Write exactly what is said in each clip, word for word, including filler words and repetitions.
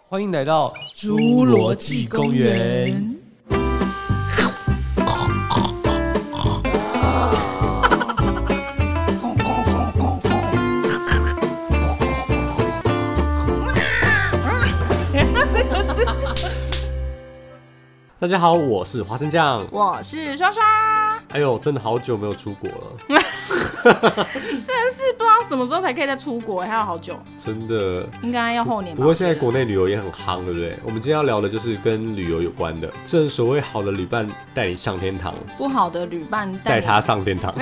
欢迎来到侏罗纪公园。大家好，我是花生酱， 我是刷刷。 哎呦，真的好久没有出国了， 真的是不知道什么时候才可以再出国，还有好久， 真的应该要后年吧。 不过现在国内旅游也很夯，对不对？我们今天要聊的就是跟旅游有关的，正所谓好的旅伴带你上天堂， 不好的旅伴带他上天堂。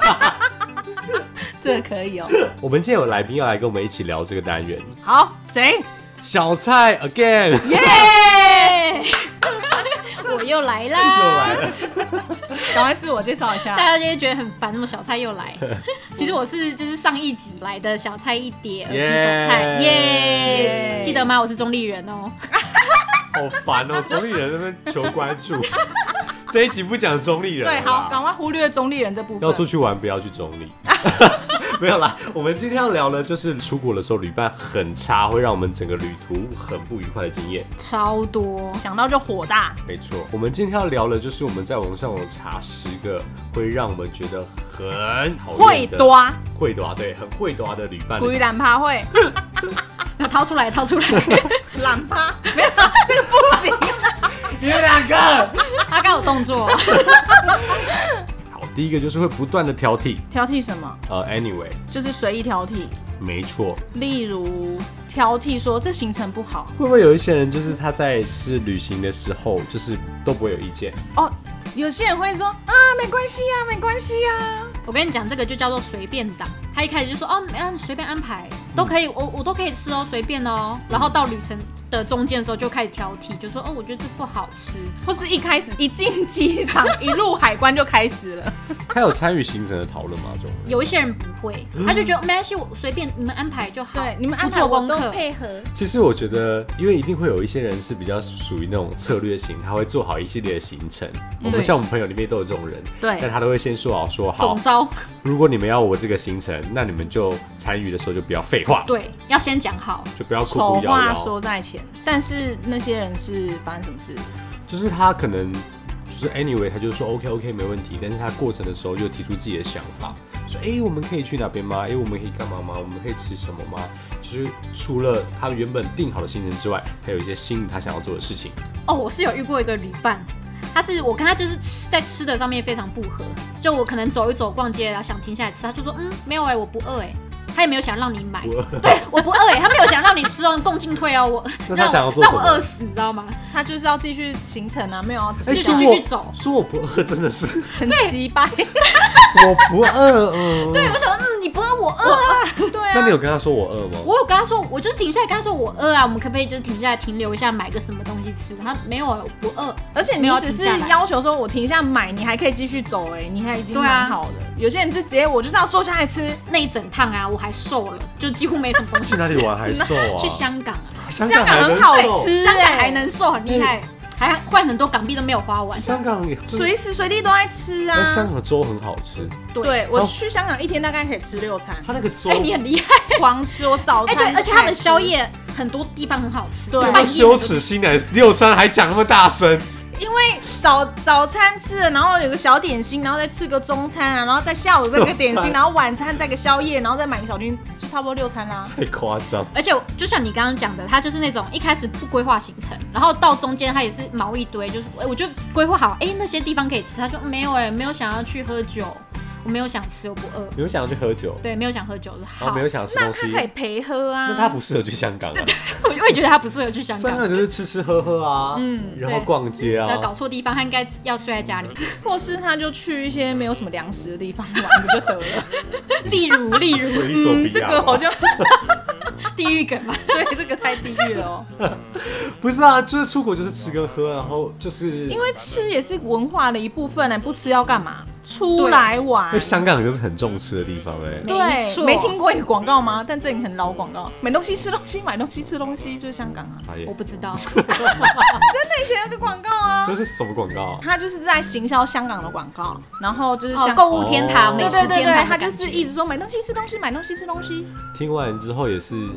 这个可以哦。 我们今天有来宾要来跟我们一起聊这个单元。 好，谁？ 小蔡 again， 耶、 yeah! 我又来啦！ 又来了， 赶快自我介绍一下。 大家今天觉得很烦，那么小蔡又来。其实我是就是上一集来的小蔡一碟，耳鼻手菜，耶！记得吗？我是中立人哦。 好烦哦，中立人那边求关注。这一集不讲中立人， 对，好，赶快忽略中立人这部分。 要出去玩不要去中立。没有啦，我们今天要聊的就是出国的时候旅伴很差，会让我们整个旅途很不愉快的经验， 超多， 想到就火大。 没错，我们今天要聊的就是我们在网上有查十个会让我们觉得很讨厌的会多会多对，很会多的旅伴。 故意懒趴会， 掏出来，掏出来， 懒趴，没有，这个不行。 你们两个， 他刚有动作。 第一个就是会不断的挑剔， 挑剔什么？ 呃 ，anyway， 就是随意挑剔。 没错。 例如挑剔说这行程不好， 会不会有一些人就是他在是旅行的时候，就是都不会有意见？ 哦，有些人会说啊，没关系呀，没关系呀。 我跟你讲，这个就叫做随便党。他一开始就说哦，嗯，随便安排都可以，我我都可以吃哦，随便哦。然后到旅程的中间的时候就开始挑剔，就说哦，我觉得这不好吃， 或是一开始一进机场一入海关就开始了。 他有参与行程的讨论吗？这种有一些人不会，他就觉得没关系，我随便你们安排就好。 对，你们安排我都配合。 其实我觉得，因为一定会有一些人是比较属于那种策略型，他会做好一系列的行程。我们像我们朋友里面都有这种人， 对， 但他都会先说好说好， 总招。 如果你们要我这个行程，那你们就参与的时候就不要废话。 对，要先讲好， 就不要哭哭摇摇。 丑话说在前，但是那些人是发生什么事？ 就是他可能就是 anyway， 他就说 OK OK 没问题，但是他过程的时候就提出自己的想法，说哎、欸、我们可以去哪边吗？哎、欸、我们可以干嘛吗？我们可以吃什么吗？就是除了他原本定好的行程之外，还有一些新他想要做的事情。 哦，我是有遇过一个旅伴，他是我跟他就是在吃的上面非常不合，就我可能走一走逛街然后想停下来吃，他就说嗯没有哎、欸、我不饿哎、欸。他也没有想让你买，对，我不饿哎、欸，他没有想让你吃哦，共进退哦，我那他想要做什么？ 让我饿死，你知道吗？ 他就是要继续行程啊，没有要吃， 欸、就继续走。 说我不饿真的是很鸡掰， 我不饿，嗯， 对，我想嗯你不饿我饿啊， 对啊。 那你有跟他说我饿吗？ 我有跟他说，我就是停下来跟他说我饿啊，我们可不可以就是停下来停留一下，买个什么东西吃？他没有，我不饿， 而且你只是要求说我停下买，你还可以继续走、欸，哎，你还已经蛮好的。啊、有些人是直接我就是要坐下来吃， 那一整趟啊，我还瘦了。就几乎没什么东西吃。 去哪里玩还瘦啊？ 去香港啊， 香港很好吃， 香港还能瘦，很厉害，还换很多港币都没有花完。 香港也随时随地都在吃啊。 香港的粥很好吃。 对，我去香港一天大概可以吃六餐。 他那个粥， 哎，你很厉害， 狂吃。我早餐， 哎，对，而且他们宵夜很多地方很好吃。 对， 我羞耻心来，六餐还讲那么大声。 因为早早餐吃了，然后有个小点心，然后再吃个中餐啊，然后再下午再个点心，然后晚餐再个宵夜，然后再买个小军，就差不多六餐啦。 太夸张！ 而且就像你刚刚讲的，他就是那种一开始不规划行程，然后到中间他也是毛一堆，就是我就规划好，哎、欸，那些地方可以吃，他说没有哎、欸，没有想要去喝酒。我没有想吃，我不饿。 没有想要去喝酒， 对，没有想喝酒， 然后没有想吃东西， 那他可以陪喝啊。 那他不适合去香港啊。 我也觉得他不适合去香港。 香港就是吃吃喝喝啊，嗯，然后逛街啊。 搞错地方，他应该要睡在家里， 或是他就去一些没有什么粮食的地方玩不就得了？ 例如，例如， 嗯，这个好像地狱梗吧？ 对，这个太地狱了哦。 不是啊，就是出国就是吃跟喝，然后就是因为吃也是文化的一部分呢，不吃要干嘛？出来玩。 香港就是很重吃的地方哎。 对，没听过一个广告吗？但这个很老广告，买东西吃东西，买东西吃东西，就是香港啊。 我不知道， 真的以前有个广告啊。 这是什么广告啊？ 他就是在行销香港的广告，然后就是香购物天堂、美食天堂， 他就是一直说买东西吃东西，买东西吃东西。 听完之后也是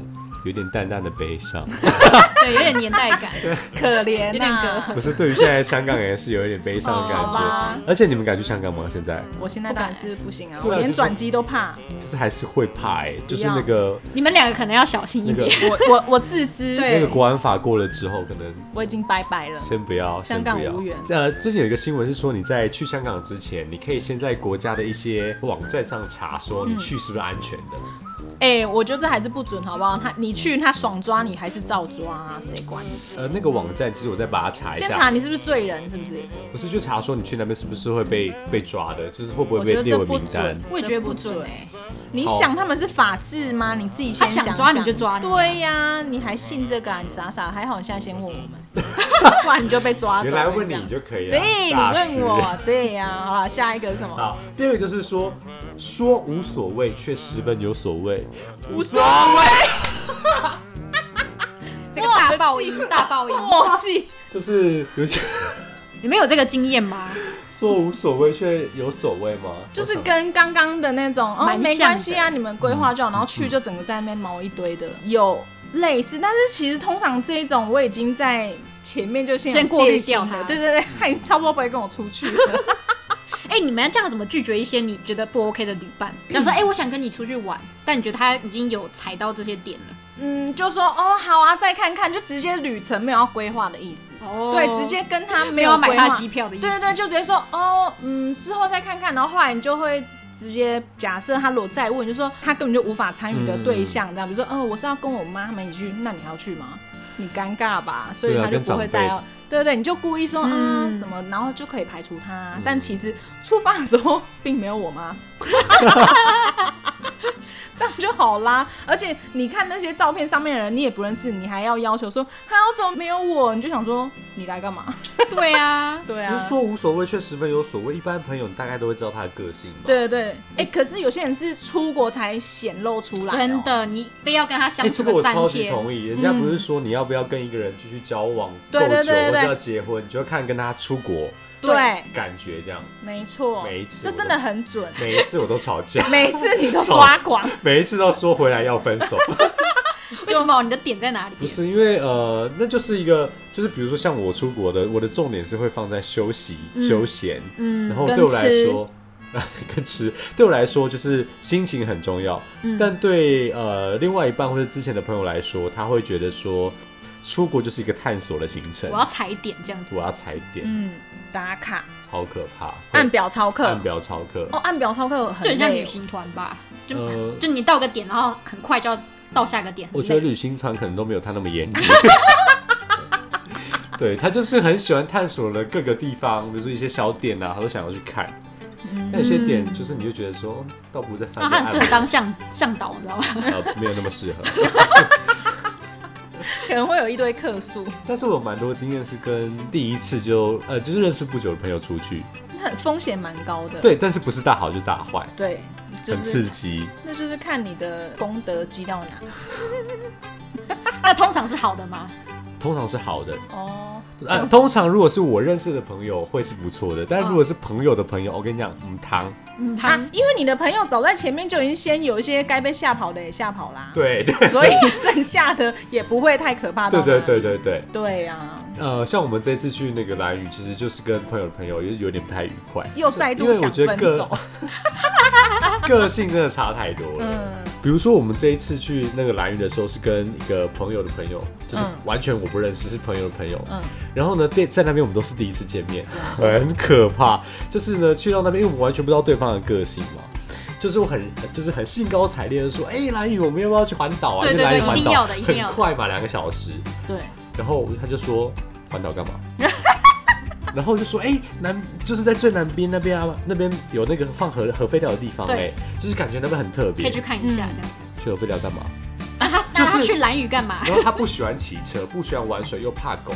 有点淡淡的悲伤， 对，有点年代感， 可怜、啊， 有点隔阂。 不是对于现在香港人是有一点悲伤的感觉。 哦、 而且你们敢去香港吗？现在？ 我现在当然是不行啊， 啊我连转机都怕。 就是还是会怕哎、欸，就是那个你们两个可能要小心一点。 那個、我我我自知， 那个国安法过了之后，可能我已经拜拜了。 先不要， 香港无缘。 呃，最近有一个新闻是说，你在去香港之前，你可以先在国家的一些网站上查，说你去是不是安全的。 哎、欸，我觉得这还是不准，好不好？他你去，他爽抓你还是照抓啊？谁管你？ 呃，那个网站其实我再把它查一下。 先查你是不是罪人，是不是？ 不是，就查说你去那边是不是会被被抓的，就是会不会被列为名单？ 我也觉得不准哎、欸。 你想他们是法治吗？你自己先想想。 他想抓你就抓你。 对呀、啊，你还信这个啊？你傻傻，还好你现在先问我们，不然你就被抓走。 原来问你就可以了。 对，你问我，对呀、啊。好了，下一个是什么？ 好，第二个就是说，说无所谓却十分有所谓， 无所谓。 这个大爆音，大爆音， 默契。 就是有些， 你们有这个经验吗？ 说无所谓却有所谓吗？ 就是跟刚刚的那种，哦，没关系啊，你们规划就好，然后去就整个在那边毛一堆的，有类似，但是其实通常这一种我已经在前面就先先过滤掉它， 对对对，他已经差不多不会跟我出去了。 哎、欸，你们这样怎么拒绝一些你觉得不 OK 的旅伴？假如说，哎、欸，我想跟你出去玩，但你觉得他已经有踩到这些点了， 嗯，就说哦，好啊，再看看，就直接旅程没有要规划的意思，哦，对，直接跟他没有要买他机票的意思， 对对对，就直接说哦，嗯，之后再看看，然后后来你就会直接假设他如果再问，就说他根本就无法参与的对象，这样，比如说，哦，我是要跟我妈他们一起去，那你还要去吗？你尴尬吧，所以他就不会再要，对对对，你就故意说嗯什么，然后就可以排除他，嗯、但其实出发的时候并没有我妈，这样就好啦。而且你看那些照片上面的人，你也不认识，你还要要求说还要怎么没有我？你就想说你来干嘛？ 对啊， 对啊。 其实说无所谓却十分有所谓，一般朋友你大概都会知道他的个性嘛。 对对对，哎、欸，可是有些人是出国才显露出来、喔， 真的，你非要跟他相处个三天。 欸、这个我超级同意，人家不是说你要不要跟一个人继续交往够久，或者要结婚，你就要看跟他出国。 对， 感觉这样， 没错， 每一次这真的很准， 每一次我都吵架， 每一次你都抓狂， 每一次都说回来要分手。 为什么？你的点在哪里？ 不是因为呃，那就是一个，就是比如说像我出国的，我的重点是会放在休息、嗯、休闲，嗯，然后对我来说，跟吃对我来说就是心情很重要，嗯、但对呃另外一半或者之前的朋友来说，他会觉得说。出国就是一个探索的行程， 我要踩点这样子， 我要踩点， 嗯，打卡， 超可怕， 按表操课， 按表操课， 哦，按表操课很累， 就很像旅行团吧，就、呃、就你到个点，然后很快就要到下个点。 我觉得旅行团可能都没有他那么严谨，对他就是很喜欢探索了各个地方，比如说一些小点啊，他都想要去看。嗯、但有些点就是你就觉得说，倒不如在饭店， 他很适合当向向导，你知道吗？ 呃，没有那么适合。 可能会有一堆客诉， 但是我有蛮多经验是跟第一次就呃就是认识不久的朋友出去， 很风险蛮高的。 对，但是不是大好就大坏， 对、就是， 很刺激。 那就是看你的功德积到哪。 那通常是好的吗？ 通常是好的哦、 啊。通常如果是我认识的朋友会是不错的，但如果是朋友的朋友，我跟你讲，嗯，汤。 嗯，啊，因为你的朋友早在前面就已经先有一些该被吓跑的也吓跑啦， 对，對所以剩下的也不会太可怕到哪里。 对对对对对， 对呀、啊。 呃，像我们这次去那个兰屿，其实就是跟朋友的朋友有有点不太愉快， 又再度想分手， 个性真的差太多了。嗯，比如说我们这一次去那个兰屿的时候，是跟一个朋友的朋友，就是完全我不认识，是朋友的朋友。嗯，然后呢，在那边我们都是第一次见面，很可怕。就是呢，去到那边，因为我们完全不知道对方的个性嘛。就是我很就是很兴高采烈的说，哎、欸，兰屿我们要不要去环岛啊？ 对对对，一定要的，一定要很快嘛，两个小时。 对。 然后他就说环岛干嘛？然后就说，哎、欸，南就是在最南边那边啊，那边有那个放核核废料的地方，哎、欸，就是感觉那边很特别， 可以去看一下、嗯、这样。 去核废料干嘛？ 啊，他就是他去兰屿干嘛？ 然后他不喜欢骑车，不喜欢玩水，又怕狗。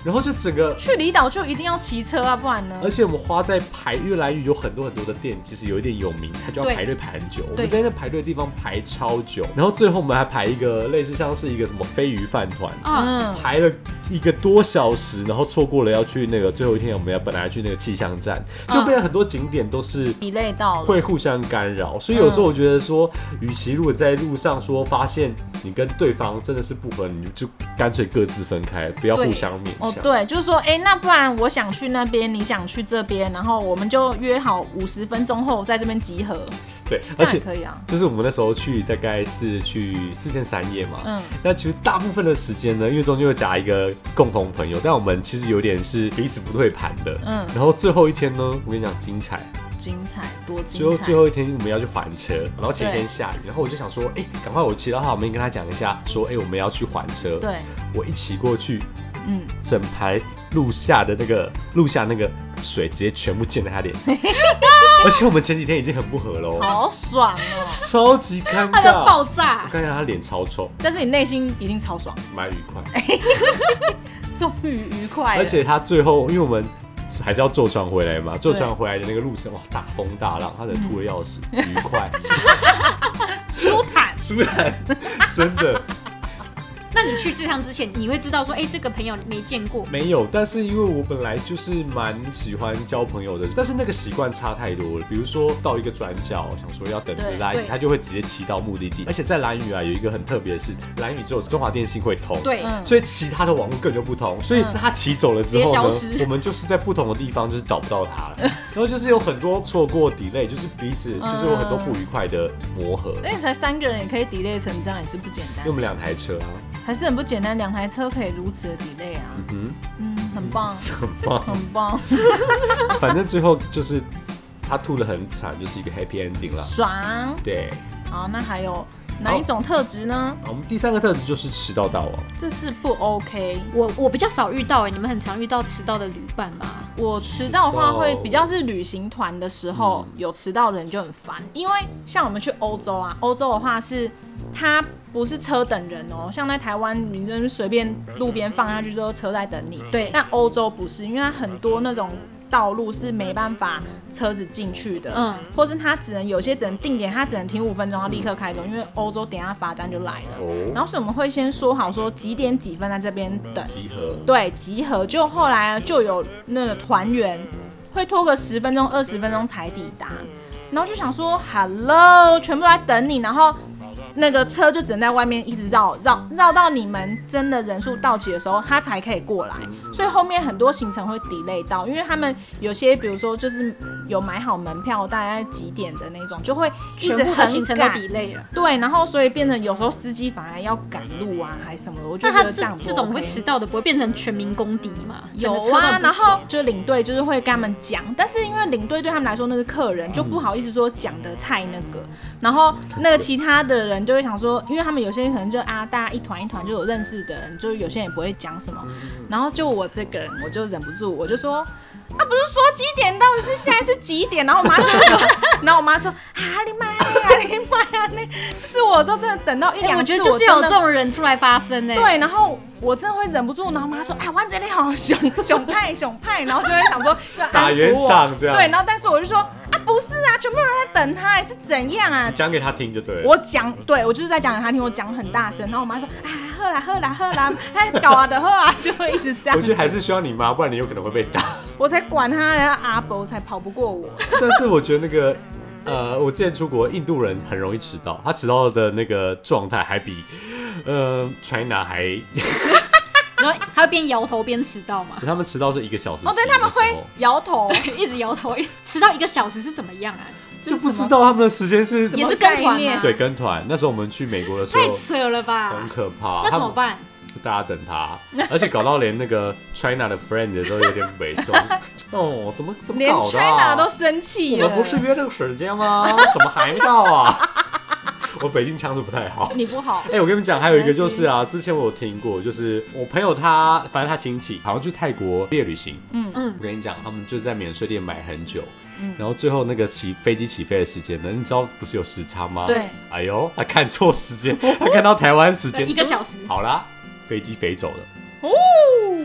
然后就整个去离岛就一定要骑车啊，不然呢？ 而且我们花在排越来越有很多很多的店，其实有一点有名，它就要排队排很久。我们在那排队的地方排超久，然后最后我们还排一个类似像是一个什么飞鱼饭团，嗯，排了一个多小时，然后错过了要去那个最后一天，我们要本来去那个气象站，就变成很多景点都是 delay 到了， 会互相干扰。所以有时候我觉得说，与其如果在路上说发现你跟对方真的是不合，你就干脆各自分开，不要互相勉强。 哦，对，就是说，哎、欸，那不然我想去那边，你想去这边，然后我们就约好五十分钟后在这边集合。 对，而且可以啊。 就是我们那时候去大概是去四天三夜嘛， 嗯， 那其实大部分的时间呢，因为中间又夹一个共同朋友，但我们其实有点是彼此不对盘的，嗯。然后最后一天呢，我跟你讲精彩。 精彩多精彩！ 最后最后一天我们要去还车，然后前一天下雨，然后我就想说，哎、欸，赶快我骑到他旁边跟他讲一下，说，哎、欸，我们要去还车。 对， 我一骑过去，嗯，整排路下的那个路下那个水直接全部溅在他脸上，而且我们前几天已经很不合了， 好爽哦， 超级尴尬， 他的爆炸， 我看一下他脸超臭， 但是你内心一定超爽， 蛮愉快， 终于愉快了。 而且他最后，因为我们还是要坐船回来嘛，坐船回来的那个路上，哇，大风大浪，他人吐了要死，愉快， 舒坦， 舒坦，真的。 那你去这趟之前，你会知道说，哎、欸，这个朋友没见过？ 没有，但是因为我本来就是蛮喜欢交朋友的，但是那个习惯差太多了。比如说到一个转角，想说要等蓝屿，他就会直接骑到目的地。而且在蓝屿啊，有一个很特别的是，蓝屿只有中华电信会通， 对， 嗯、 所以其他的网络根本就不通。所以他骑走了之后呢， 我们就是在不同的地方就是找不到他了。然后就是有很多错过 delay， 就是彼此就是有很多不愉快的磨合。 而且才三个人也可以 delay 成这样，也是不简单。 因为我们两台车啊。 还是很不简单，两台车可以如此的 delay 啊，嗯哼，嗯，很棒， 很棒， 很棒。 反正最后就是他吐得很惨，就是一个 happy ending 啦， 爽。 对， 好，那还有哪一种特质呢？ 我们第三个特质就是迟到到哦， 这是不 OK。 我我比较少遇到哎、欸，你们很常遇到迟到的旅伴吗？ 我迟到的话会比较是旅行团的时候、嗯、有迟到的人就很烦，因为像我们去欧洲啊，欧洲的话是它不是车等人哦，像在台湾你就随便路边放下去都车在等你， 对， 但欧洲不是，因为它很多那种道路是没办法车子进去的，嗯，或是它只能有些只能定点，它只能停五分钟，要立刻开走，因为欧洲等一下罚单就来了。哦，然后所以我们会先说好说几点几分在这边等集合， 对，集合。就后来就有那个团员会拖个十分钟、二十分钟才抵达，然后就想说 ，Hello， 全部都在等你，然后。那个车就只能在外面一直绕绕绕到你们真的人数到齐的时候，他才可以过来。所以后面很多行程会 delay 到，因为他们有些比如说就是有买好门票，大概几点的那种，就会一直很赶， 全部的行程都 delay 了。 对，然后所以变成有时候司机反而要赶路啊，还是什么的。我就觉得这样不 OK。 这种会迟到的不会变成全民公敌嘛？ 有啊，然后就领队就是会跟他们讲，但是因为领队对他们来说那是客人，就不好意思说讲得太那个。然后那个其他的人就会想说，因为他们有些人可能就啊，大家一团一团就有认识的人，就有些人也不会讲什么。然后就我这个人，我就忍不住，我就说啊，不是说几点，到底是现在是几点？然后我妈就说，然后我妈说啊，你妈呀，你妈呀，那就是我说真的等到一两次， 我觉得就是有这种人出来发生哎、欸。 对，然后我真的会忍不住，然后妈说，哎，我这里好熊熊派熊派，然后就会想说要安抚我，对，然后但是我就说啊，不是啊，全部人在等他，还是怎样啊？ 讲给他听就对了。 我讲，对我就是在讲给他听，我讲很大声，然后我妈说，啊，喝啦喝啦喝啦，哎，搞啊的喝啊，就会一直这样。 我觉得还是需要你妈，不然你有可能会被打。 我才管他，人家阿伯才跑不过我。 但是我觉得那个，呃，我之前出国，印度人很容易迟到，他迟到的那个状态还比，呃 ，China 还。 然后他会边摇头边迟到嘛？ 他们迟到是一个小时。 哦，对，他们会摇头， 对，一直摇头。迟到一个小时是怎么样啊？ 就不知道他们的时间是也是跟团吗？ 对，跟团。那时候我们去美国的时候， 太扯了吧， 很可怕。 那怎么办？ 大家等他，而且搞到连那个 China 的 friend 都有点北宋。哦，怎么怎么搞的、啊？ 连 China 都生气了。 我们不是约这个时间吗？怎么还没到啊？我北京腔是不太好， 你不好。 哎、欸，我跟你们讲，还有一个就是啊，之前我有听过，就是我朋友他，反正他亲戚好像去泰国毕业旅行，嗯嗯，我跟你讲，他们就在免税店买很久，嗯，然后最后那个起飞机起飞的时间呢，你知道不是有时差吗？ 对， 哎呦，他看错时间，他看到台湾时间一个小时， 好啦，飞机飞走了。 哦，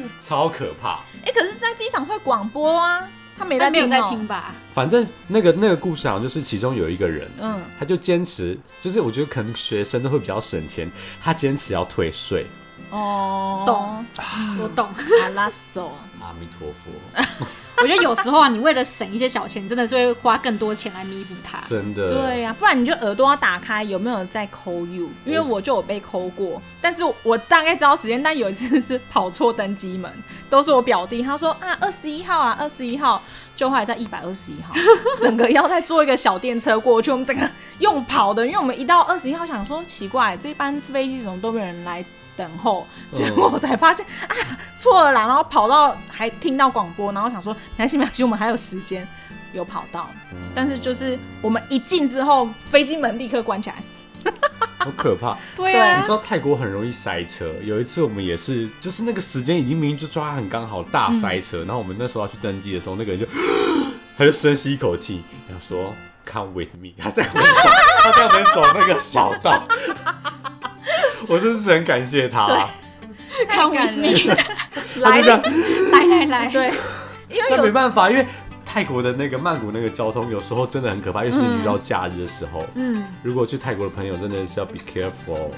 超可怕。 哎、欸，可是，在机场会广播啊，他没在听、喔， 没有在听吧？ 反正那个那个故事好像就是其中有一个人， 嗯， 他就坚持，就是我觉得可能学生都会比较省钱，他坚持要退税。 哦， 懂，我懂。 阿拉索， 阿弥陀佛。 我觉得有时候啊，你为了省一些小钱，真的是会花更多钱来弥补它。 真的。 对呀、啊，不然你就耳朵要打开，有没有在抠 you？ 因为我就有被抠过，但是我大概知道时间，但有一次是跑错登机门，都是我表弟，他说啊二十一号啊二十一号，就后来在一百二十一号，整个要再坐一个小电车过去，我们整个用跑的，因为我们一到二十一号想说奇怪，这班飞机怎么都没有人来等候，结果我才发现、嗯、啊错了啦，然后跑到还听到广播，然后想说没关系没关系，我们还有时间，有跑到、嗯，但是就是我们一进之后，飞机门立刻关起来， 好可怕。 对啊， 你知道泰国很容易塞车，有一次我们也是，就是那个时间已经明明就抓很刚好，大塞车、嗯，然后我们那时候要去登机的时候，那个人就他就深吸一口气，然后说 Come with me， 他带我们走，他带我们走那个小道。我真是很感谢他、啊， 看我你来来来来， 对，因为但没办法，因为泰国的那个曼谷那个交通有时候真的很可怕，尤其是遇到假日的时候。嗯，如果去泰国的朋友真的是要 be careful。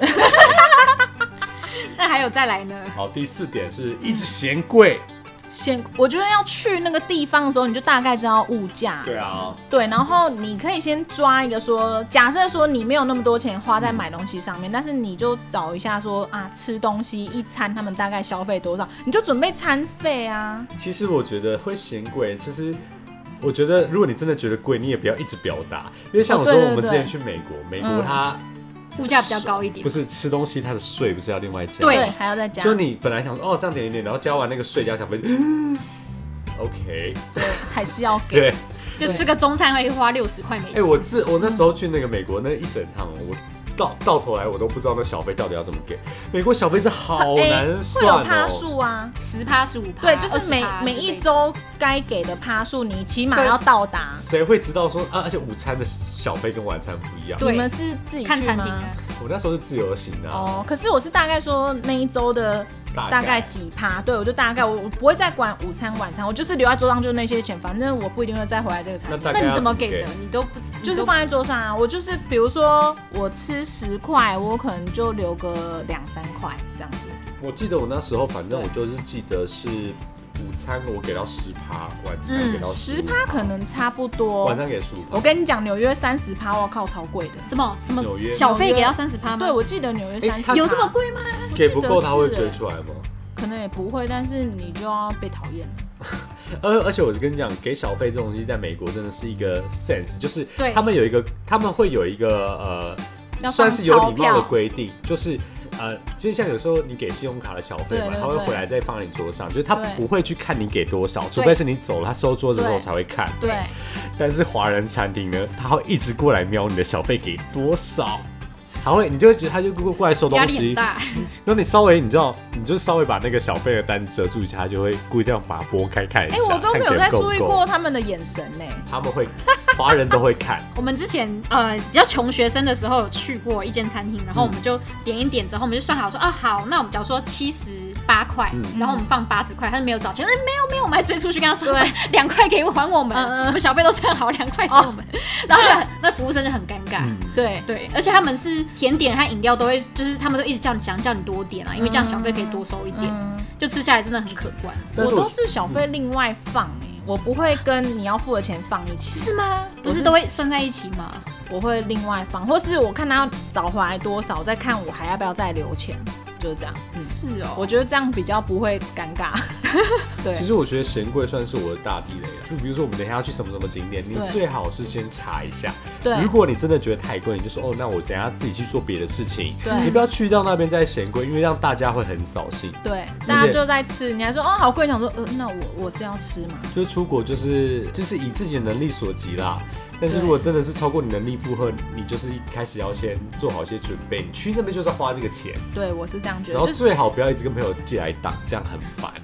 那还有再来呢？ 好，第四点是一直嫌贵。 先，我觉得要去那个地方的时候，你就大概知道物价。 对啊， 对，然后你可以先抓一个说，假设说你没有那么多钱花在买东西上面，嗯、但是你就找一下说啊，吃东西一餐他们大概消费多少，你就准备餐费啊。 其实我觉得会嫌贵，其实我觉得如果你真的觉得贵，你也不要一直表达，因为像我说，我们之前去美国，美国它。嗯物价比较高一点， 不是吃东西它的税不是要另外加？ 对，还要再加。 就你本来想说哦这样点一点，然后交完那个税加小费、嗯、，OK， 对，还是要给。 对， 就吃个中餐会花六十块美金。 哎、欸，我自我那时候去那个美国那一整趟，我到到头来我都不知道那小费到底要怎么给。美国小费真好难算哦、喔， 会有趴数啊， 十趴十五趴， 对，就是每每一周该给的趴数，你起码要到达。 谁会知道说啊？而且午餐的小费跟晚餐不一样。 你们是自己去吗？ 看餐厅啊。 我那时候是自由行的、啊、 哦，可是我是大概说那一周的大概几趴，对，我就大概我我不会再管午餐晚餐，我就是留在桌上就那些钱，反正我不一定会再回来这个餐厅。 那, 那你怎么给的？你都不就是放在桌上啊？我就是比如说我吃十块，我可能就留个两三块这样子。 我记得我那时候反正我就是记得是。午餐我给到十趴，晚餐给到十趴，可能差不多。 晚餐给十五。 我跟你讲，纽约三十趴，我靠，超贵的。 什么什么？纽约小费给到三十趴吗？ 对，我记得纽约三十、欸， 有这么贵吗？ 给不够他会追出来吗？ 可能也不会，但是你就要被讨厌了。 而而且我跟你讲，给小费这种东西在美国真的是一个 sense， 就是他们有一个，他们会有一个呃，算是有礼貌的规定，就是。呃，就像有时候你给信用卡的小费嘛，他会回来再放在你桌上，就是他不会去看你给多少，除非是你走了，他收桌子之后才会看。 对。 但是华人餐厅呢，他会一直过来瞄你的小费给多少，他会，你就会觉得他就过来收东西，压力很大。然后你稍微，你知道，你就稍微把那个小费的单遮住一下，他就会故意这样把它拨开看一下。 哎、欸，我都没有在注意过他们的眼神呢。 他们会。华人都会看。 我们之前呃比较穷学生的时候有去过一间餐厅，然后我们就点一点之后，我们就算好说啊好，那我们假如说七十八块，然后我们放八十块，他就没有找钱，哎没有没有，我们还追出去跟他说两块给我还我们，嗯、我们小费都算好，两块给我们，哦、然后那服务生就很尴尬。嗯、对对，而且他们是甜点和饮料都会，就是他们都一直叫你想叫你多点啊，因为这样小费可以多收一点，嗯、就吃下来真的很可观。 我都是小费另外放哎、欸。我不会跟你要付的钱放一起， 是吗？不是都会算在一起吗？ 我会另外放，或是我看他要找回来多少，再看我还要不要再留钱，就是这样。 嗯、是哦， 我觉得这样比较不会尴尬。对， 其实我觉得嫌贵算是我的大地雷了。就比如说我们等一下要去什么什么景点，你最好是先查一下。对，如果你真的觉得太贵，你就说哦，那我等一下自己去做别的事情。对，你不要去到那边再嫌贵，因为让大家会很扫兴。 对，大家就在吃，你还说哦好贵，想说呃那我我是要吃吗？ 就是出国就是就是以自己的能力所及啦。但是如果真的是超过你能力负荷，你就是一开始要先做好一些准备。你去那边就是要花这个钱。 对，我是这样觉得。 然后最好不要一直跟朋友借来挡，这样很烦。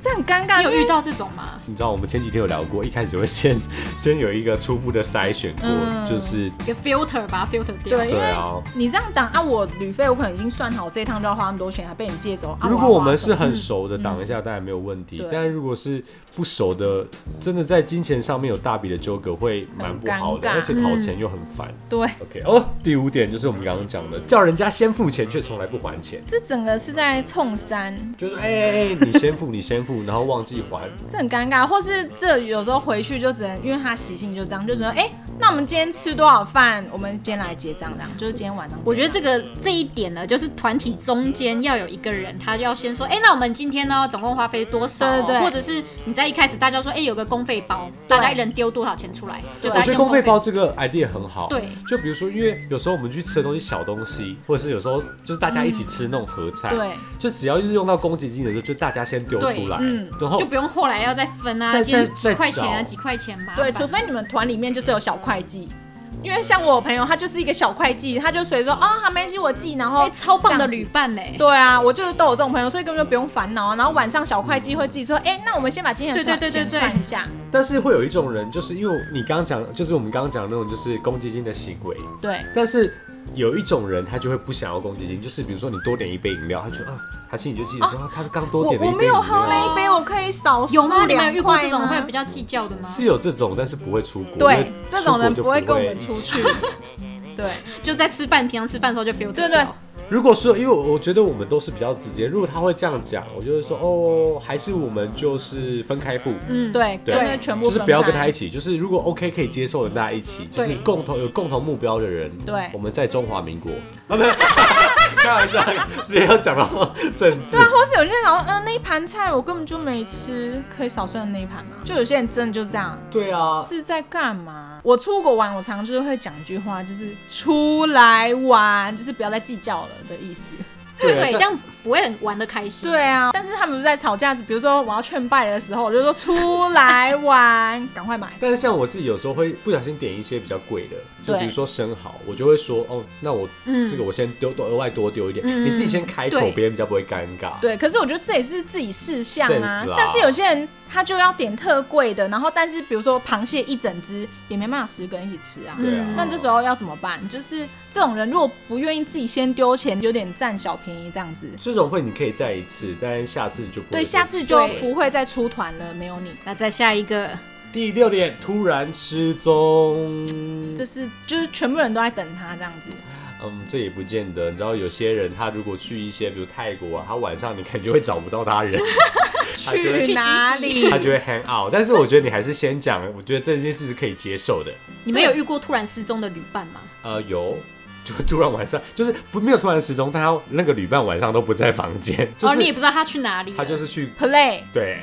这很尴尬。 你有遇到这种吗？ 你知道我们前几天有聊过，一开始就会先先有一个初步的筛选过，嗯、就是一个 filter 把它 filter 掉。 对， 对啊， 你这样挡啊，我旅费我可能已经算好，这一趟就要花那么多钱，还被你借走。啊、 如果我们是很熟的，挡、嗯、一下当然没有问题。但如果是不熟的，真的在金钱上面有大笔的纠葛，会蛮不好的，而且讨钱又很烦。嗯、 对 ，OK 哦，第五点就是我们刚刚讲的，叫人家先付钱却从来不还钱， 这整个是在冲山， 就是哎哎哎，你先付，你先付，然后忘记还， 这很尴尬。或是这有时候回去就只能，因为他习性就这样，就说哎、欸，那我们今天吃多少饭，我们今天来结账，这样就是今天晚上。 我觉得这个这一点呢，就是团体中间要有一个人，他就要先说，哎、欸，那我们今天呢总共花费多少、喔？ 对对对，或者是你在一开始大家说，哎、欸，有个公费包，大家一人丢多少钱出来？就大家我觉得公费包这个 idea 很好。 对， 就比如说，因为有时候我们去吃的东西小东西，或者是有时候就是大家一起吃那种合菜， 对、嗯， 就只要就是用到公积金的时候，就大家先丢出来，嗯，然后就不用后来要再分啊，今天几块钱啊，几块钱嘛。 对，除非你们团里面就是有小会计。因为像我朋友，他就是一个小会计，他就随说啊，好、哦，没关系，我记，然后、 欸、超棒的旅伴嘞。 对啊，我就是都有这种朋友，所以根本就不用烦恼。然后晚上小会计会自己说，哎、欸，那我们先把今天的钱算一下。 但是会有一种人，就是因为你刚刚讲，就是我们刚刚讲的那种，就是公积金的行为。 对。 但是有一种人，他就会不想要公积金，就是比如说你多点一杯饮料，他就啊，他心里就记得说，啊、他刚多点了一杯饮料。 我没有喝那一杯，我可以少有吗？你们有遇过这种会比较计较的吗？ 是有这种，但是不会出国。 对，这种人不会跟我们出去。对， 就在吃饭，平常吃饭的时候就 feel 对对。 如果说，因为我觉得我们都是比较直接，如果他会这样讲，我就会说哦，还是我们就是分开付。 嗯，对对，全部就是不要跟他一起，就是如果 OK 可以接受的，大家一起，就是共同有共同目标的人。 对， 我们在中华民国。啊，没有，开玩笑，直接要讲到政治。 对啊，或是有些人想说，嗯、呃，那一盘菜我根本就没吃，可以少算那一盘吗？就有些人真的就这样。 对啊， 是在干嘛？我出国玩，我常常就是会讲一句话，就是出来玩，就是不要再计较了的意思。 对， 对，这样不会很玩得开心。 对啊，但是他们在吵架，比如说我要劝败的时候，我就说出来玩，赶快买。 但是像我自己有时候会不小心点一些比较贵的，就比如说生蚝，我就会说哦，那我这个我先丢多额外多丢一点，嗯、你自己先开口，别人比较不会尴尬。 对，可是我觉得这也是自己事项啊。但是有些人他就要点特贵的，然后但是比如说螃蟹一整只也没办法十个人一起吃啊。 对啊。 那这时候要怎么办？就是这种人如果不愿意自己先丢钱，有点占小便宜这样子。 这种会你可以再一次，但下次就不会。 对，下次就不会再出团了，没有你。 那再下一个。 第六点，突然失踪， 就是就是全部人都在等他这样子。 嗯，这也不见得。你知道有些人他如果去一些比如泰国啊，他晚上你可能就会找不到他人， 去哪里？ 他就会 hang out。但是我觉得你还是先讲，我觉得这件事是可以接受的。 你们有遇过突然失踪的旅伴吗？ 呃，有。就突然晚上，就是不没有突然失踪，但他那个旅伴晚上都不在房间。就是、 哦，你也不知道他去哪里了。 他就是去 play， 对，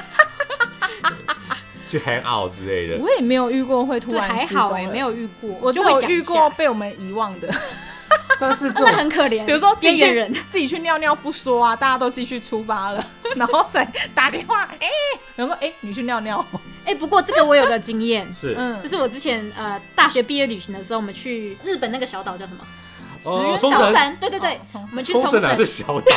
去 hang out 之类的。 我也没有遇过会突然失踪的， 还好哎、欸，没有遇过。 我就有遇过被我们遗忘的。 但是真的很可怜， 比如说自己去人自己去尿尿不说啊，大家都继续出发了，然后再打电话，哎、欸，然后说哎、欸，你去尿尿。 哎、欸，不过这个我有个经验， 是， 就是我之前呃大学毕业旅行的时候，我们去日本那个小岛叫什么？ 石原冲绳，对对对，哦、我们去冲绳。 冲绳哪是小岛？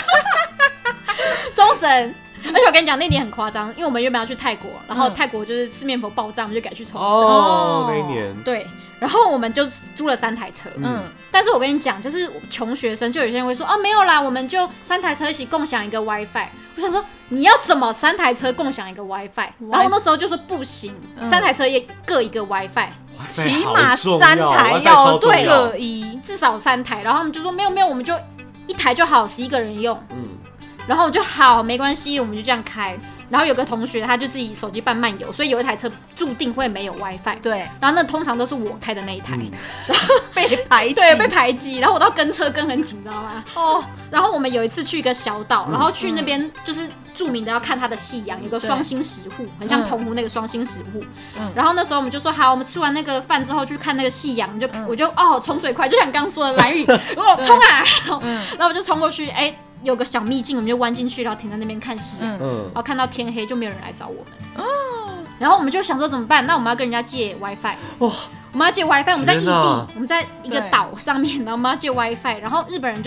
冲绳。而且我跟你讲，那年很夸张，因为我们原本要去泰国，然后泰国就是四面佛爆炸，我们就改去冲绳。 哦，那一年。 对，然后我们就租了三台车。嗯，但是我跟你讲，就是穷学生，就有些人会说，哦，没有啦，我们就三台车一起共享一个 WiFi。我想说，你要怎么三台车共享一个 WiFi？ 然后那时候就说不行，嗯、三台车也各一个 WiFi。 起码三台要对各一， 至少三台。然后他们就说没有没有，我们就一台就好，十一个人用。嗯。然后我就好，没关系，我们就这样开。然后有个同学他就自己手机办漫游，所以有一台车注定会没有 WiFi。 对。 然后那通常都是我开的那一台，嗯、 然后被排挤， 对，被排挤。然后我都要跟车跟很紧，知道吗？哦。然后我们有一次去一个小岛，然后去那边就是著名的要看它的夕阳，有个双星石户，很像澎湖那个双星石户。嗯。然后那时候我们就说好，我们吃完那个饭之后去看那个夕阳，就、嗯、我就哦冲最快，就像刚刚说的蓝雨，我冲啊！然后、嗯、然后我就冲过去，哎、欸。有个小秘境，我们就弯进去，然后停在那边看夕阳，嗯，然后看到天黑就没有人来找我们，哦，然后我们就想说怎么办？那我们要跟人家借 WiFi， 哇，我们要借 WiFi， 我们在异地，我们在一个岛上面，然后我们要借 WiFi， 然后日本人就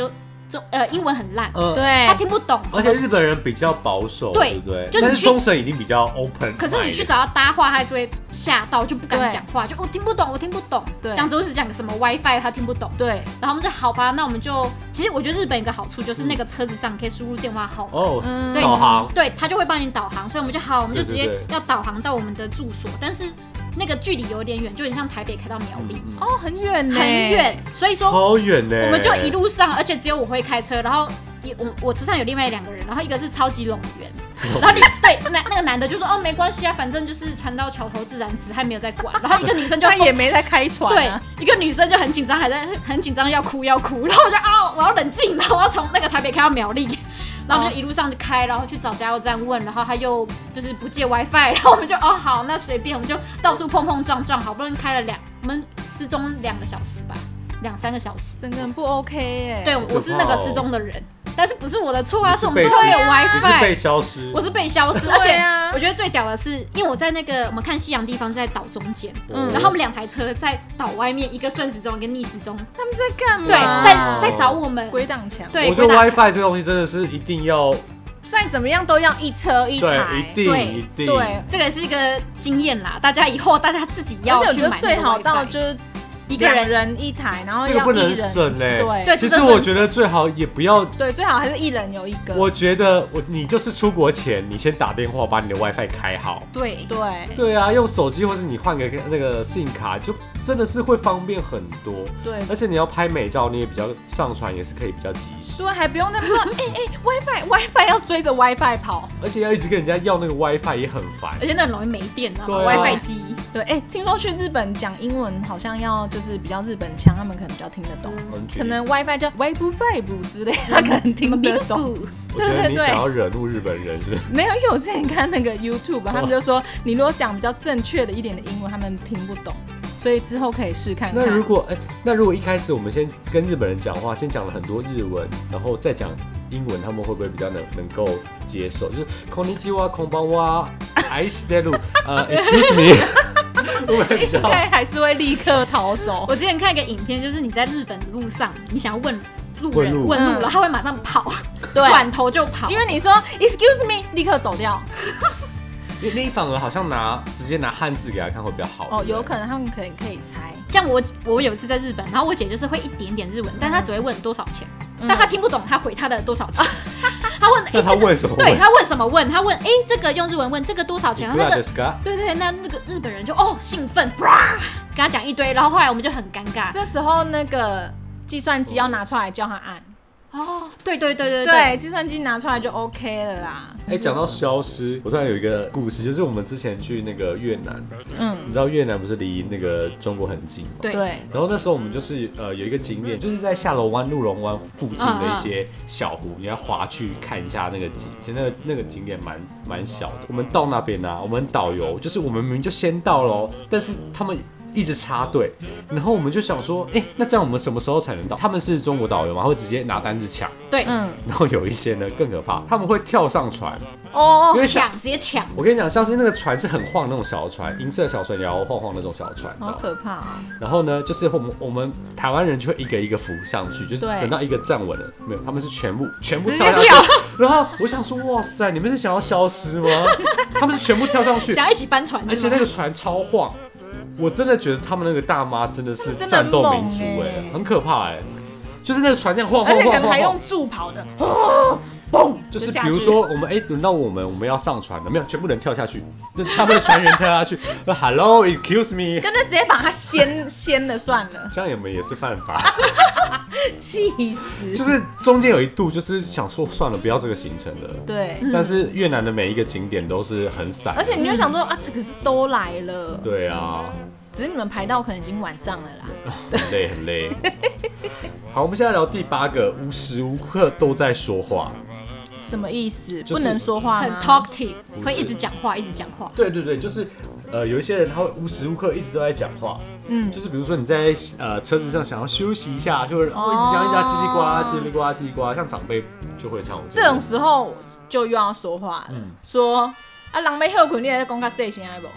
中呃英文很烂， 呃对他听不懂， 而且日本人比较保守， 对对不对？ 就你去但是冲绳已经比较 open。 可是你去找他搭话，他还是会吓到，就不敢讲话，就我、哦、听不懂，我听不懂。 对， 这样子我只讲什么 WiFi， 他听不懂。 对， 然后我们就好吧，那我们就其实我觉得日本有个好处就是那个车子上可以输入电话号码。 哦， 嗯对， 导航， 对，他就会帮你导航，所以我们就好，我们就直接对对对要导航到我们的住所，但是那个距离有点远，就有点像台北开到苗栗， 嗯哦，很远呢， 很远，所以说超远呢。 我们就一路上，而且只有我会开车，然后也我我车上有另外两个人，然后一个是超级拢员，然后你对那那个男的就说哦没关系啊，反正就是船到桥头自然直，还没有在管，然后一个女生就他也没在开船、啊， 对，一个女生就很紧张，还在很紧张要哭要哭，然后我就啊、哦、我要冷静，然后我要从那个台北开到苗栗。然后我们就一路上就开，然后去找加油站问，然后他又就是不借 WiFi， 然后我们就哦好，那随便，我们就到处碰碰撞撞，好不容易开了两，我们失踪两个小时吧，两三个小时， 整个人不 OK 耶。 对，我是那个失踪的人，但是不是我的错啊，是我们被这会有 WiFi， 你是被消失， 我是被消失，而且啊我觉得最屌的是，因为我在那个我们看夕阳地方是在岛中间， 嗯然后我们两台车在岛外面，一个顺时钟，一个逆时钟， 他们在干嘛？ 对，在在找我们鬼挡墙。 对， 我觉得鬼打墙 WiFi 这个东西真的是一定要， 再怎么样都要一车一对， 台， 一定对一定， 对。 这个也是一个经验啦，大家以后大家自己要而且我觉得去买那个最好到 WiFi 就是一个两人， 人一台，然后要这个不能一人省嘞。 对对， 其这真的实我觉得最好也不要。 对，最好还是一人有一个。 我觉得我你就是出国前，你先打电话把你的 WiFi 开好。 对对对啊，用手机或是你换个那个 SIM 卡，就真的是会方便很多。 对， 而且你要拍美照，你也比较上传也是可以比较及时。 对，还不用那么说，哎哎、欸、，WiFi WiFi 要追着 WiFi 跑， 而且要一直跟人家要那个 WiFi 也很烦。 而且那很容易没电，知道吗对啊 ？WiFi 机， 对，哎、欸，听说去日本讲英文好像要就是比较日本腔，他们可能比较听得懂， 很可能 WiFi 叫 Wi-Fi Wi-Fi 之类，他可能听得懂。 我觉得你想要惹怒日本人是不是？ 没有，因为我之前看那个 YouTube， 他们就说你如果讲比较正确的一点的英文，他们听不懂，所以之后可以试看看。 那如果哎、欸，那如果一开始我们先跟日本人讲话，先讲了很多日文，然后再讲英文，他们会不会比较能能够接受？就是こんにちは、こんばんは、愛してる、呃 ，excuse me， 会不会比较？ 应该还是会立刻逃走。 我之前看一个影片，就是你在日本路上，你想要问路问路人问路， 嗯然后他会马上跑， 对转头就跑， 因为你说 excuse me， 立刻走掉。 你你反而好像拿直接拿汉字给他看会比较好。 哦， 对不对有可能他们可以可以猜。 像我我有一次在日本，然后我姐就是会一点点日文，但她只会问多少钱， 嗯但她听不懂，她回她的多少钱。她问，哎、 那他这个问什么问？ 对，她问什么问？她问，哎、这个用日文问这个多少钱？然后那个， 个对对对，那那个日本人就哦兴奋，啪，跟他讲一堆，然后后来我们就很尴尬。 这时候那个计算机要拿出来叫他按。 哦，对对对对对，计算机拿出来就 OK 了啦。 哎、欸，讲到消失，我突然有一个故事，就是我们之前去那个越南， 嗯， 你知道越南不是离那个中国很近吗？ 对。 然后那时候我们就是呃有一个景点，就是在下龙湾、鹿龙湾附近的一些小湖，你要划去看一下那个景，其实那个那个景点蛮蛮小的。我们到那边啊，我们导游就是我们明明就先到咯，但是他们一直插队，然后我们就想说，哎、欸，那这样我们什么时候才能到？他们是中国导游嘛，会直接拿单子抢。 对， 嗯。 然后有一些呢更可怕，他们会跳上船， 哦， 抢直接抢。 我跟你讲，像是那个船是很晃那种小船，银色小船摇晃晃那种小船， 好可怕啊！ 然后呢，就是我们我们台湾人就会一个一个浮上去，就是等到一个站稳了，没有，他们是全部全部跳下去。然后我想说，哇塞，你们是想要消失吗？他们是全部跳上去， 想要一起翻船， 而且那个船超晃。我真的觉得他们那个大妈真的是战斗民族哎、欸，很可怕哎、欸，就是那个船这样晃晃晃晃， 而且可能还用助跑的， 嘣，就是比如说我们哎轮到我们我们要上船了，没有，全部人跳下去，那他们的船员跳下去，Hello excuse me， 跟着直接把他掀掀了算了， 这样我们也是犯法， 气死！ 就是中间有一度就是想说算了，不要这个行程了， 对， 但是越南的每一个景点都是很散， 而且你就想说啊，这个是都来了， 对啊。 只是你们排到可能已经晚上了啦， 很累很累。好，我们现在聊第八个，无时无刻都在说话。 什么意思？ 就是、 不能说话吗？ 很 talkative， 会一直讲话，一直讲话。 对对对，就是呃，有一些人他会无时无刻一直都在讲话。嗯，就是比如说你在呃车子上想要休息一下，就会、哦、一直想一直叽里呱啦、叽里呱啦、叽里呱啦，像长辈就会唱。 这种时候就又要说话了，嗯、说啊，人要休困，你在讲较细声的不？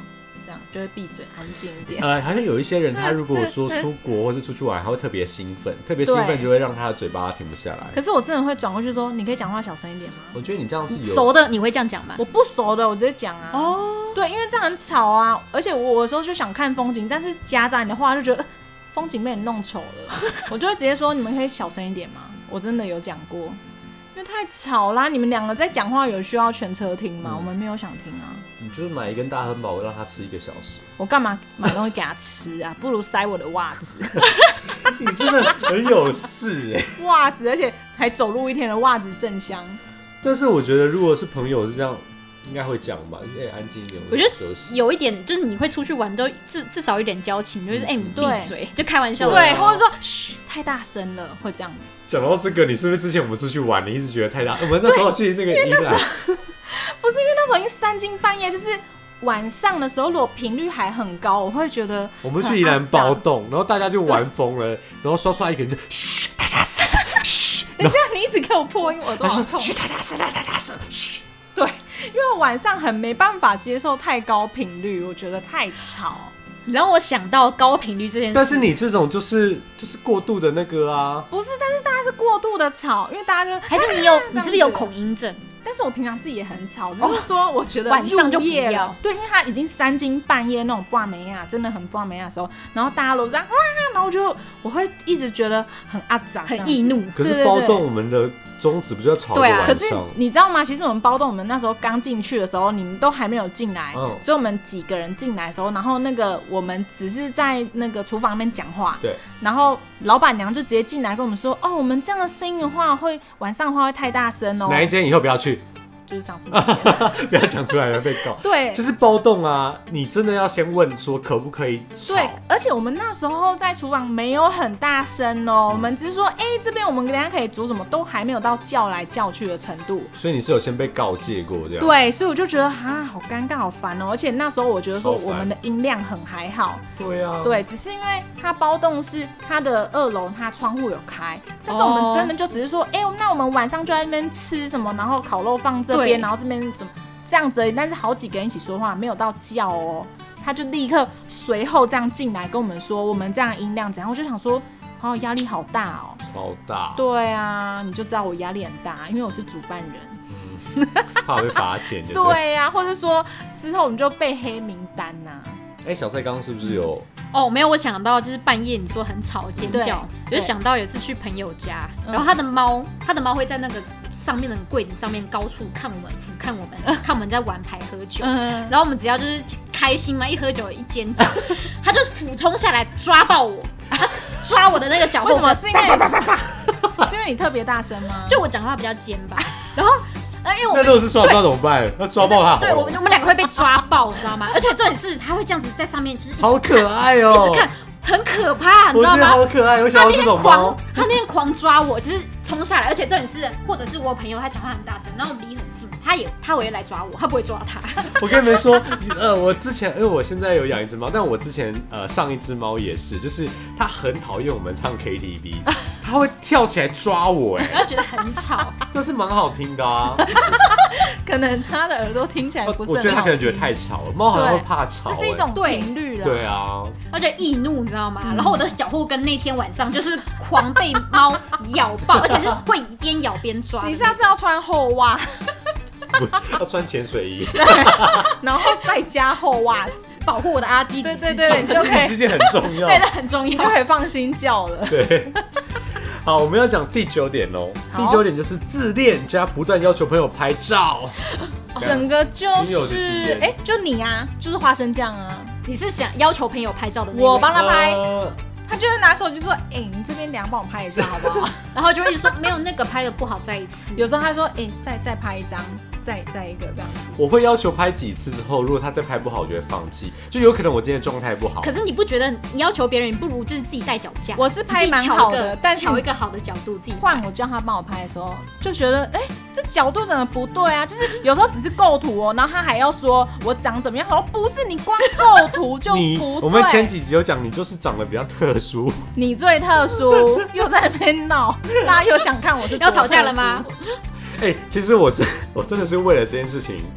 这样就会闭嘴，安静一点。 呃，好像有一些人，他如果说出国或是出去玩，他会特别兴奋，特别兴奋就会让他的嘴巴停不下来。 可是我真的会转过去说：“你可以讲话小声一点吗？” 我觉得你这样是有熟的，你会这样讲吗？ 我不熟的，我直接讲啊。 哦， 对，因为这样很吵啊，而且我有时候就想看风景，但是夹杂你的话就觉得、呃、风景被你弄丑了，我就会直接说：“你们可以小声一点吗？”我真的有讲过。因为太吵啦！你们两个在讲话，有需要全车听吗？嗯、我们没有想听啊。 你就是买一根大汉堡，让他吃一个小时。 我干嘛买东西给他吃啊？不如塞我的袜子。 你真的很有事哎、 欸！袜子，而且还走路一天的袜子正香。 但是我觉得，如果是朋友是这样，应该会讲吧？哎、欸，安静一点， 我觉得有一点，就是你会出去玩，都至至少有点交情，就是哎，你闭嘴，就开玩笑的， 对，或者说嘘，太大声了，会这样子。 讲到这个，你是不是之前我们出去玩，你一直觉得太大？我们那时候去那个宜兰， 不是因为那时候已经三更半夜，就是晚上的时候，如果频率还很高，我会觉得我们去宜兰包栋，然后大家就玩疯了，然后刷刷一个人就嘘，太大声了，嘘。 等一下，你一直给我破音，耳朵好痛。 嘘，太大声了，太大声，嘘。 对，因为晚上很没办法接受太高频率，我觉得太吵。 你让我想到高频率这件事。 但是你这种就是就是过度的那个啊。 不是，但是大家是过度的吵，因为大家就还是你有，你是不是有恐音症？ 但是我平常自己也很吵，只是说我觉得晚上就不要。 对，因为他已经三更半夜那种半梅亚，真的很半梅亚的时候，然后大家都这样哇，然后就我会一直觉得很阿杂， 很易怒。 可是包栋我们的宗旨不是要吵一个晚上？ 可是你知道吗？其实我们包栋，我们那时候刚进去的时候，你们都还没有进来，嗯、所以我们几个人进来的时候，然后那个我们只是在那个厨房那边讲话， 对， 然后老板娘就直接进来跟我们说：“哦，我们这样的声音的话，会晚上的话会太大声哦。” 哪一间以后不要去？ 就是上次那间不要讲出来了，被告。 对， 就是包栋啊，你真的要先问说可不可以吵。 对，而且我们那时候在厨房没有很大声哦、喔，我们只是说，哎、欸，这边我们等一下可以煮什么，都还没有到叫来叫去的程度。 所以你是有先被告诫过这样？ 对，所以我就觉得啊，好尴尬，好烦哦、喔。而且那时候我觉得说我们的音量很还好。 对啊。 对，只是因为它包栋是它的二楼，它窗户有开，但是我们真的就只是说，哎、欸，那我们晚上就在那边吃什么，然后烤肉放这边，然后这边。怎么这样子而已？但是好几个人一起说话，没有到叫哦，他就立刻随后这样进来跟我们说，我们这样音量怎样？我就想说，哦，压力好大哦， 超大。对啊，你就知道我压力很大，因为我是主办人， 嗯、怕被罚钱就对。 对啊，或者说之后我们就被黑名单呐、啊。 哎、欸，小蔡刚刚是不是有？ 哦，没有，我想到就是半夜你说很吵尖叫，我就想到有一次去朋友家，然后他的猫，他的猫会在那个上面的柜子上面高处看我们，俯瞰我们，看我们在玩牌喝酒，然后我们只要就是开心嘛，一喝酒一尖叫，他就俯冲下来抓爆我，他抓我的那个脚后跟， 为什么？是因为是因为你特别大声吗？ 就我讲话比较尖吧，然后。呃、因为我那如果是抓不到怎么办？那抓爆他好。 对，我们我们两个会被抓爆，你知道吗？而且重点是他会这样子在上面，就是一直看好可爱哦、 喔，一直看，很可怕，你知道吗？ 我觉得好可爱，我想要这种猫。 他那天狂抓我，就是冲下来，而且重点是，或者是我朋友他讲话很大声，然后我们离很近，他也他也会来抓我，他不会抓他。 我跟你们说，呃，我之前因为我现在有养一只猫，但我之前呃上一只猫也是，就是它很讨厌我们唱 K T V， 它会跳起来抓我，哎， 然后觉得很吵， 但是蛮好听的啊。 可能他的耳朵听起来不是很好听， 我觉得他可能觉得太吵了，猫好像会怕吵， 这是一种频率了。 对啊， 而且易怒，你知道吗？嗯、然后我的脚后跟那天晚上就是狂被猫咬爆，而且是会边咬边抓。 你下次要穿厚袜， 要穿潜水衣， 对，然后再加厚袜子， 保护我的阿基里斯。 对对对，你就可以， 这件很重要， 对，那很重要， 你就可以放心叫了。 对。好，我们要讲第九点哦。第九点就是自恋加不断要求朋友拍照， 整个就是哎、欸，就你啊，就是花生酱啊。 你是想要求朋友拍照的那？ 我帮他拍，呃、他就会拿手机说：“哎、欸，你这边等一下帮我拍一下好不好？” 然后就会一直说：“没有那个拍的不好，再一次。” 有时候他说：“哎、欸，再再拍一张。”再再一个这样子， 我会要求拍几次之后，如果他再拍不好，我就会放弃。就有可能我今天状态不好。 可是你不觉得你要求别人，你不如就是自己带脚架？ 我是拍蛮好的，但是调一个好的角度自己换我叫他帮我拍的时候，就觉得哎、欸，这角度真的不对啊！就是有时候只是构图哦、喔，然后他还要说我长怎么样，好像不是你光构图就不对。 我们前几集有讲，你就是长得比较特殊， 你最特殊，又在那边闹，大家又想看我是要吵架了吗？ 哎、欸，其实我真我真的是为了这件事情，就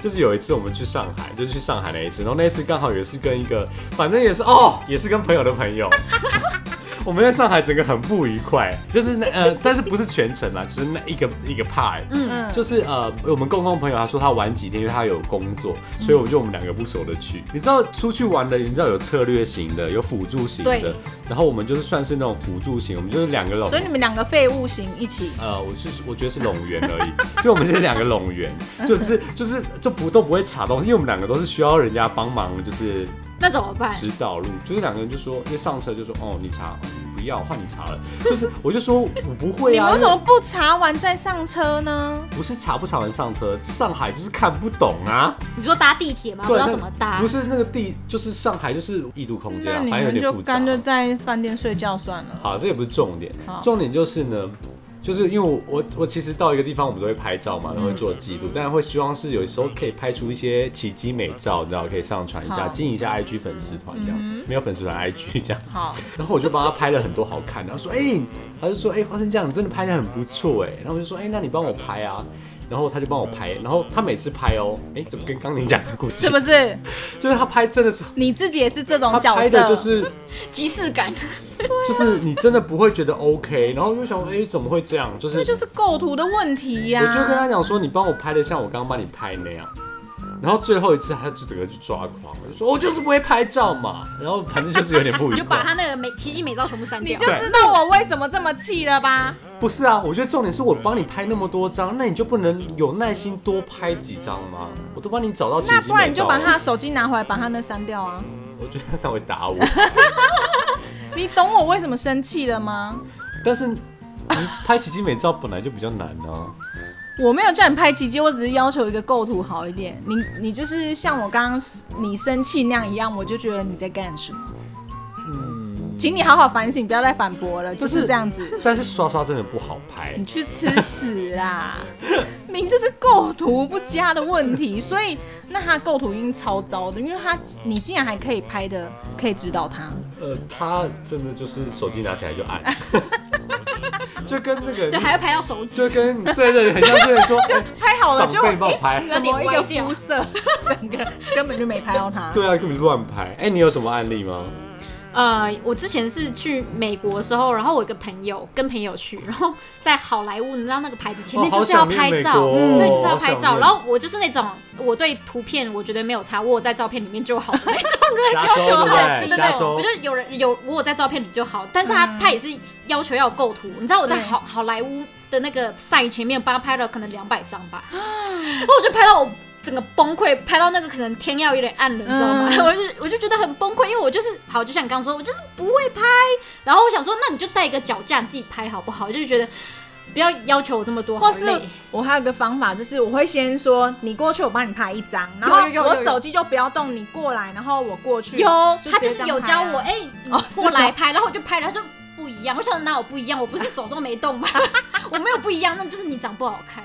就是有一次我们去上海，就是去上海那一次，然后那一次刚好也是跟一个，反正也是哦，也是跟朋友的朋友。我们在上海整个很不愉快，就是那呃，但是不是全程啦，就是那一个一个 part， 嗯，就是呃，我们共同朋友他说他玩几天，因为他有工作，所以我们就我们两个不熟的去。你知道出去玩的，你知道有策略型的，有辅助型的，然后我们就是算是那种辅助型，我们就是两个拢。 所以你们两个废物型一起？ 呃，我是我觉得是拢员而已，因为我们是两个拢员，就是就是就不都不会查东西，因为我们两个都是需要人家帮忙，就是。 那怎么办？ 指导路，就是两个人就说，一上车就说，哦，你查，不要换你查了，就是我就说我不会啊。 你们为什么不查完再上车呢？ 不是查不查完上车，上海就是看不懂啊。 你说搭地铁吗？不知道怎么搭。 不是那个地，就是上海就是异度空间啊，反正有点复杂。 就干脆在饭店睡觉算了。 好，这也不是重点，重点就是呢。就是因为我我我其实到一个地方我们都会拍照嘛，然后会做记录，当然会希望是有时候可以拍出一些奇迹美照，你知道可以上传一下，经营一下 I G 粉丝团这样，没有粉丝团 I G 这样。好，然后我就帮他拍了很多好看的，然后说哎、欸，他就说哎、欸，花生酱你真的拍得很不错哎，然后我就说哎、欸，那你帮我拍啊。然后他就帮我拍，然后他每次拍哦，哎，怎么跟刚您讲的故事是不是？ 就是他拍真的是， 你自己也是这种角色， 他拍的就是即视感， 就是你真的不会觉得 OK， 然后就想，哎，怎么会这样？就是这就是构图的问题呀、啊。 我就跟他讲说，你帮我拍的像我刚刚帮你拍那样。然后最后一次，他就整个就抓狂了，就说我就是不会拍照嘛。然后反正就是有点不愉快， 就把他那个美奇迹美照全部删掉。 你就知道我为什么这么气了吧？ 不是啊，我觉得重点是我帮你拍那么多张，那你就不能有耐心多拍几张吗？我都帮你找到奇迹美照了。 那不然你就把他的手机拿回来，把他那删掉啊。 我觉得他会打我。 你懂我为什么生气了吗？ 但是你拍奇迹美照本来就比较难啊。 我没有叫你拍奇迹，我只是要求一个构图好一点。你你就是像我刚刚你生气那样一样，我就觉得你在干什么？嗯，请你好好反省，不要再反驳了，就是这样子。 但是刷刷真的不好拍， 你去吃屎啦！明就是构图不佳的问题，所以那他构图已经超糟的，因为他你竟然还可以拍的，可以指导他。 呃，他真的就是手机拿起来就按。就跟那个， 就还要拍到手指， 就跟对对，很像是说， 就拍好了就长辈帮我拍， 怎么一个肤色，整个根本就没拍到他。 对啊，根本就乱拍。哎、欸，你有什么案例吗？ 呃，我之前是去美国的时候，然后我有个朋友跟朋友去，然后在好莱坞，你知道那个牌子前面就是要拍照， 哦嗯、对，就是要拍照。然后我就是那种我对图片我觉得没有差，我有在照片里面就好的那种人， 加州对不对？ 对对对，我觉得有人有我有在照片里就好，但是他、嗯、他也是要求要有构图。你知道我在好好莱坞的那个赛前面帮他拍了可能两百张吧，然后我就拍到我。整个崩溃，拍到那个可能天要有点暗了，你知道吗？嗯、我就我就觉得很崩溃，因为我就是好，就像你刚刚说，我就是不会拍。然后我想说，那你就带一个脚架，你自己拍好不好？就是觉得不要要求我这么多， 或是我还有个方法，就是我会先说你过去，我帮你拍一张，然后我手机就不要动，你过来，然后我过去。 有，他就是有教我，哎、欸，你过来拍，然后我就拍了，他就不一样。我想哪有不一样？我不是手都没动吗？我没有不一样，那就是你长不好看。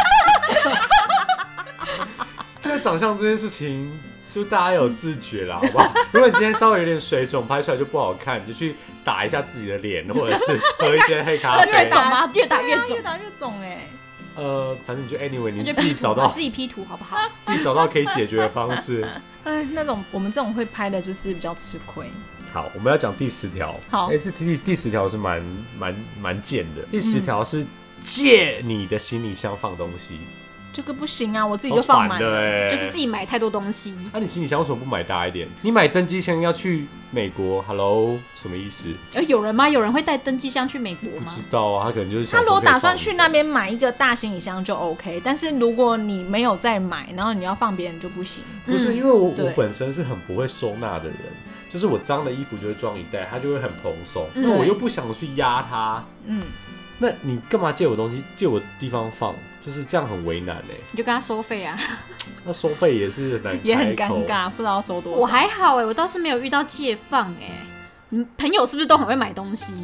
这个长相这件事情，就大家有自觉啦，好不好？如果你今天稍微有点水肿，拍出来就不好看，你就去打一下自己的脸，或者是喝一些黑咖啡。 越肿吗？越打越肿， 越打越肿哎。 呃，反正你就 anyway， 你自己找到自己 P 图好不好？ 自己找到可以解决的方式。 哎，那种我们这种会拍的，就是比较吃亏。 好，我们要讲第十条。 好， 哎、欸，这第第十条是蛮蛮蛮贱的。第十条是借你的行李箱放东西。 这个不行啊，我自己就放满了， 欸、 就是自己买太多东西。 那、啊、你行李箱为什么不买大一点？你买登机箱要去美国 ，Hello， 什么意思？ 呃，有人吗？有人会带登机箱去美国吗？ 不知道啊，他可能就是想他如果打算去那边买一个大行李箱就 OK， 但是如果你没有再买，然后你要放别人就不行。 不是，因为我我本身是很不会收纳的人，就是我脏的衣服就会装一袋，它就会很蓬松，那、嗯、我又不想去压它，嗯。那你干嘛借我东西？借我地方放，就是这样很为难哎、欸。 你就跟他收费啊。 那收费也是很难开口， 也很尴尬，不知道收多少。 我还好哎、欸，我倒是没有遇到借放哎、欸。你朋友是不是都很会买东西？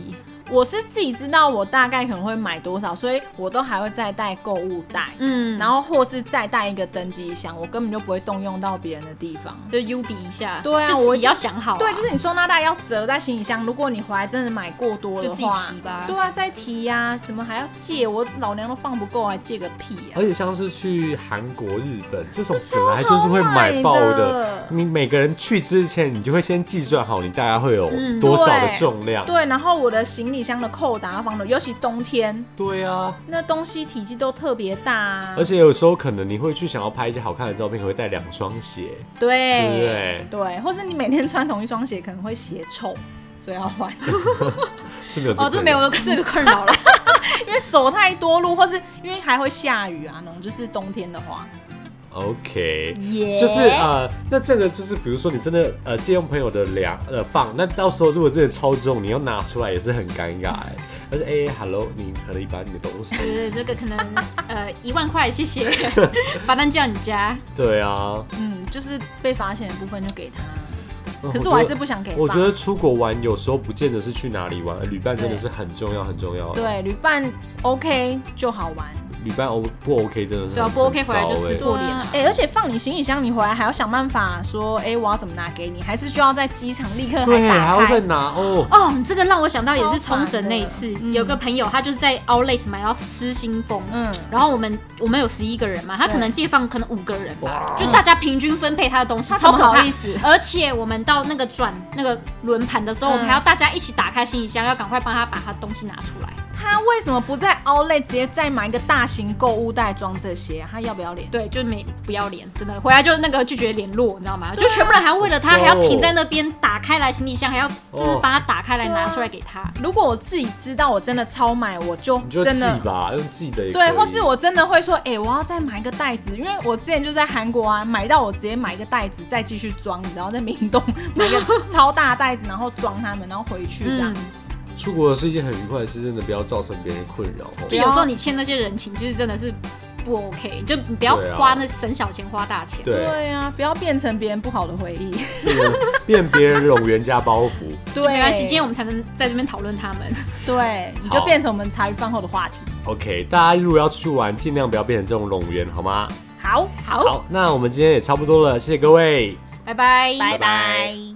我是自己知道我大概可能会买多少，所以我都还会再带购物袋，嗯，然后或是再带一个登机箱，我根本就不会动用到别人的地方， 就 U 比一下。 对啊， 就自己要想好、啊。 对，就是你收纳袋要折在行李箱，如果你回来真的买过多的话， 就自己提吧。 对啊，再提呀、啊，什么还要借，我老娘都放不够，还借个屁啊！ 而且像是去韩国、日本这种本来就是会买爆的，你每个人去之前，你就会先计算好你大概会有多少的重量。 嗯、对, 对，然后我的行李箱的扣打要放的，尤其冬天。 对啊， 那东西体积都特别大、啊， 而且有时候可能你会去想要拍一些好看的照片，可能会带两双鞋。 对， 对不对？ 对，或是你每天穿同一双鞋，可能会鞋臭，所以要换。 是没有这哦，这没有这个困扰了， 因为走太多路，或是因为还会下雨啊，那种就是冬天的话。 OK，、 yeah. 就是呃，那这个就是比如说你真的呃借用朋友的量呃放，那到时候如果真的超重，你要拿出来也是很尴尬哎。而且哎、欸、，Hello， 你可能一把你的东西， 对，这个可能呃一万块，谢谢，罚单叫你家。 对啊， 嗯，就是被罚钱的部分就给他。可是我还是不想给。 我觉得出国玩有时候不见得是去哪里玩，旅伴真的是很重要很重要的。 对，旅伴 OK 就好玩。 旅伴 O 不 OK 真的是对啊，不 OK 回来就撕破脸了。 哎、欸，而且放你行李箱，你回来还要想办法说，哎、欸，我要怎么拿给你？还是就要在机场立刻对， 还还要再拿哦。 哦，这个让我想到也是冲绳那一次，嗯、有个朋友他就是在 Outlet 买到失心疯，嗯，然后我们我们有十一个人嘛，他可能借放可能五个人吧，就大家平均分配他的东西，超不好意思。而且我们到那个转那个轮盘的时候，嗯、我们还要大家一起打开行李箱，要赶快帮他把他东西拿出来。 他为什么不在 Outlet 直接再买一个大型购物袋装这些、啊？他要不要脸？ 对，就没不要脸，真的回来就那个拒绝联络，你知道吗？就全部人还为了他还要停在那边打开来行李箱，还要就是把它打开来拿出来给他。 啊、如果我自己知道我真的超买，我就真的你就寄吧，用寄的也可以。 对，或是我真的会说，哎、欸，我要再买一个袋子，因为我之前就在韩国啊，买到我直接买一个袋子，再继续装，然后在明洞买一个超大袋子，然后装他们，然后回去这样。嗯， 出国是一件很愉快的事，真的不要造成别人困扰。 就有时候你欠那些人情，就是真的是不 OK， 就你不要花那省小钱花大钱。 对对啊，不要变成别人不好的回忆， 变别人冗员加包袱。 对， 没关系，今天我们才能在这边讨论他们。 对，你就变成我们茶余饭后的话题。 OK， 大家如果要出去玩，尽量不要变成这种冗员，好吗？ 好， 好， 好，那我们今天也差不多了，谢谢各位， 拜拜， 拜拜。